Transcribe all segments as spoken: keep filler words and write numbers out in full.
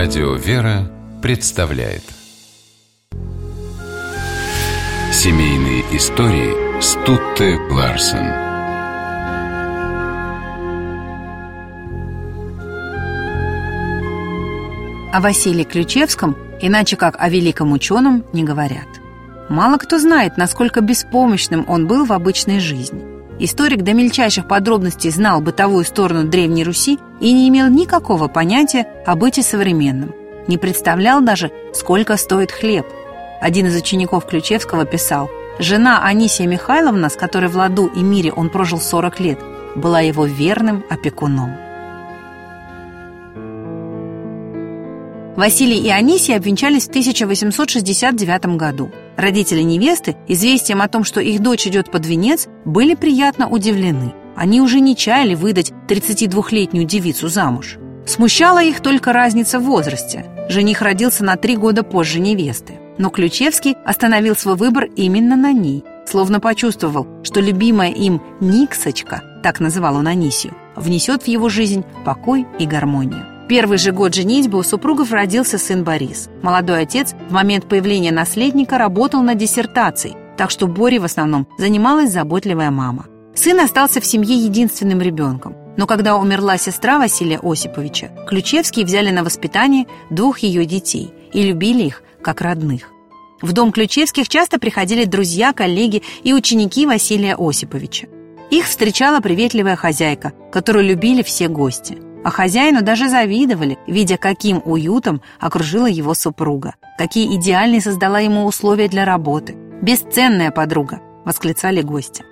Радио «Вера» представляет семейные истории Стутте Ларсен. О Василии Ключевском, иначе как о великом ученом, не говорят. Мало кто знает, насколько беспомощным он был в обычной жизни. Историк до мельчайших подробностей знал бытовую сторону Древней Руси и не имел никакого понятия о быте современном. Не представлял даже, сколько стоит хлеб. Один из учеников Ключевского писал: «Жена Анисия Михайловна, с которой в ладу и мире он прожил сорок лет, была его верным опекуном». Василий и Анисия обвенчались в тысяча восемьсот шестьдесят девятом году. Родители невесты известием о том, что их дочь идет под венец, были приятно удивлены. Они уже не чаяли выдать тридцатидвухлетнюю девицу замуж. Смущала их только разница в возрасте. Жених родился на три года позже невесты. Но Ключевский остановил свой выбор именно на ней, словно почувствовал, что любимая им Никсочка, так называл он Анисию, внесет в его жизнь покой и гармонию. Первый же год женитьбы у супругов родился сын Борис. Молодой отец в момент появления наследника работал над диссертацией, так что Боре в основном занималась заботливая мама. Сын остался в семье единственным ребенком. Но когда умерла сестра Василия Осиповича, Ключевские взяли на воспитание двух ее детей и любили их как родных. В дом Ключевских часто приходили друзья, коллеги и ученики Василия Осиповича. Их встречала приветливая хозяйка, которую любили все гости. А хозяину даже завидовали, видя, каким уютом окружила его супруга, какие идеальные создала ему условия для работы. «Бесценная подруга!» — восклицали гости.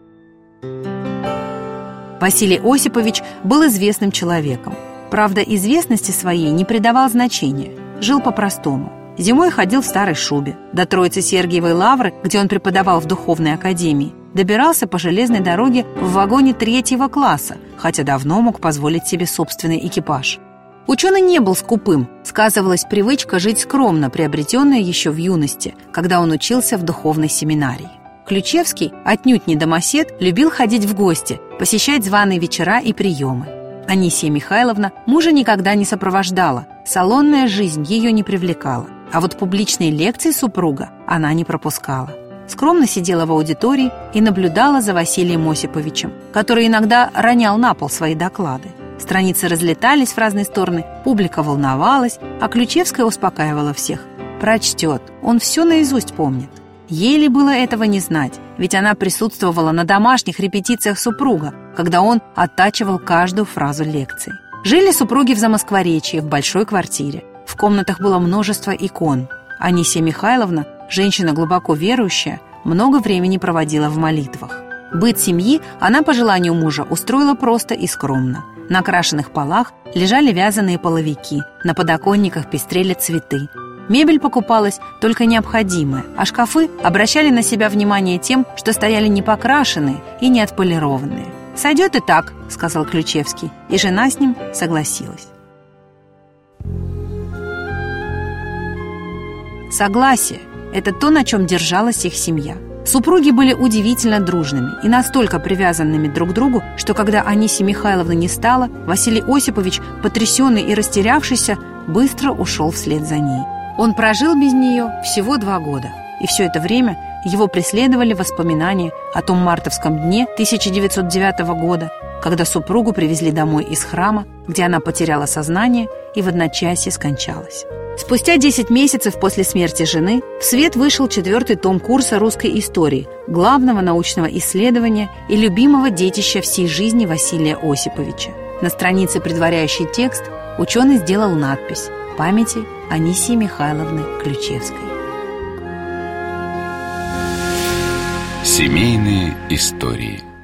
Василий Осипович был известным человеком. Правда, известности своей не придавал значения, жил по-простому. Зимой ходил в старой шубе. До Троицы-Сергиевой лавры, где он преподавал в духовной академии, добирался по железной дороге в вагоне третьего класса, хотя давно мог позволить себе собственный экипаж. Ученый не был скупым, сказывалась привычка жить скромно, приобретенная еще в юности, когда он учился в духовной семинарии. Ключевский, отнюдь не домосед, любил ходить в гости, посещать званые вечера и приемы. Анисия Михайловна мужа никогда не сопровождала, салонная жизнь ее не привлекала, а вот публичные лекции супруга она не пропускала. Скромно сидела в аудитории и наблюдала за Василием Осиповичем, который иногда ронял на пол свои доклады. Страницы разлетались в разные стороны, публика волновалась, а Ключевская успокаивала всех. Прочтет, он все наизусть помнит. Ей ли было этого не знать, ведь она присутствовала на домашних репетициях супруга, когда он оттачивал каждую фразу лекции. Жили супруги в Замоскворечье, в большой квартире. В комнатах было множество икон. Анисия Михайловна, женщина глубоко верующая, много времени проводила в молитвах. Быт семьи она, по желанию мужа, устроила просто и скромно. На крашеных полах лежали вязаные половики, на подоконниках пестрели цветы. Мебель покупалась только необходимая, а шкафы обращали на себя внимание тем, что стояли не покрашенные и не отполированные. «Сойдет и так», — сказал Ключевский, и жена с ним согласилась. Согласие – это то, на чем держалась их семья. Супруги были удивительно дружными и настолько привязанными друг к другу, что когда Анисии Михайловны не стало, Василий Осипович, потрясенный и растерявшийся, быстро ушел вслед за ней. Он прожил без нее всего два года, и все это время его преследовали воспоминания о том мартовском дне тысяча девятьсот девятого года, когда супругу привезли домой из храма, где она потеряла сознание и в одночасье скончалась. Спустя десять месяцев после смерти жены в свет вышел четвертый том курса русской истории, главного научного исследования и любимого детища всей жизни Василия Осиповича. На странице, предваряющей текст, ученый сделал надпись «Памяти Анисии Михайловны Ключевской». Семейные истории.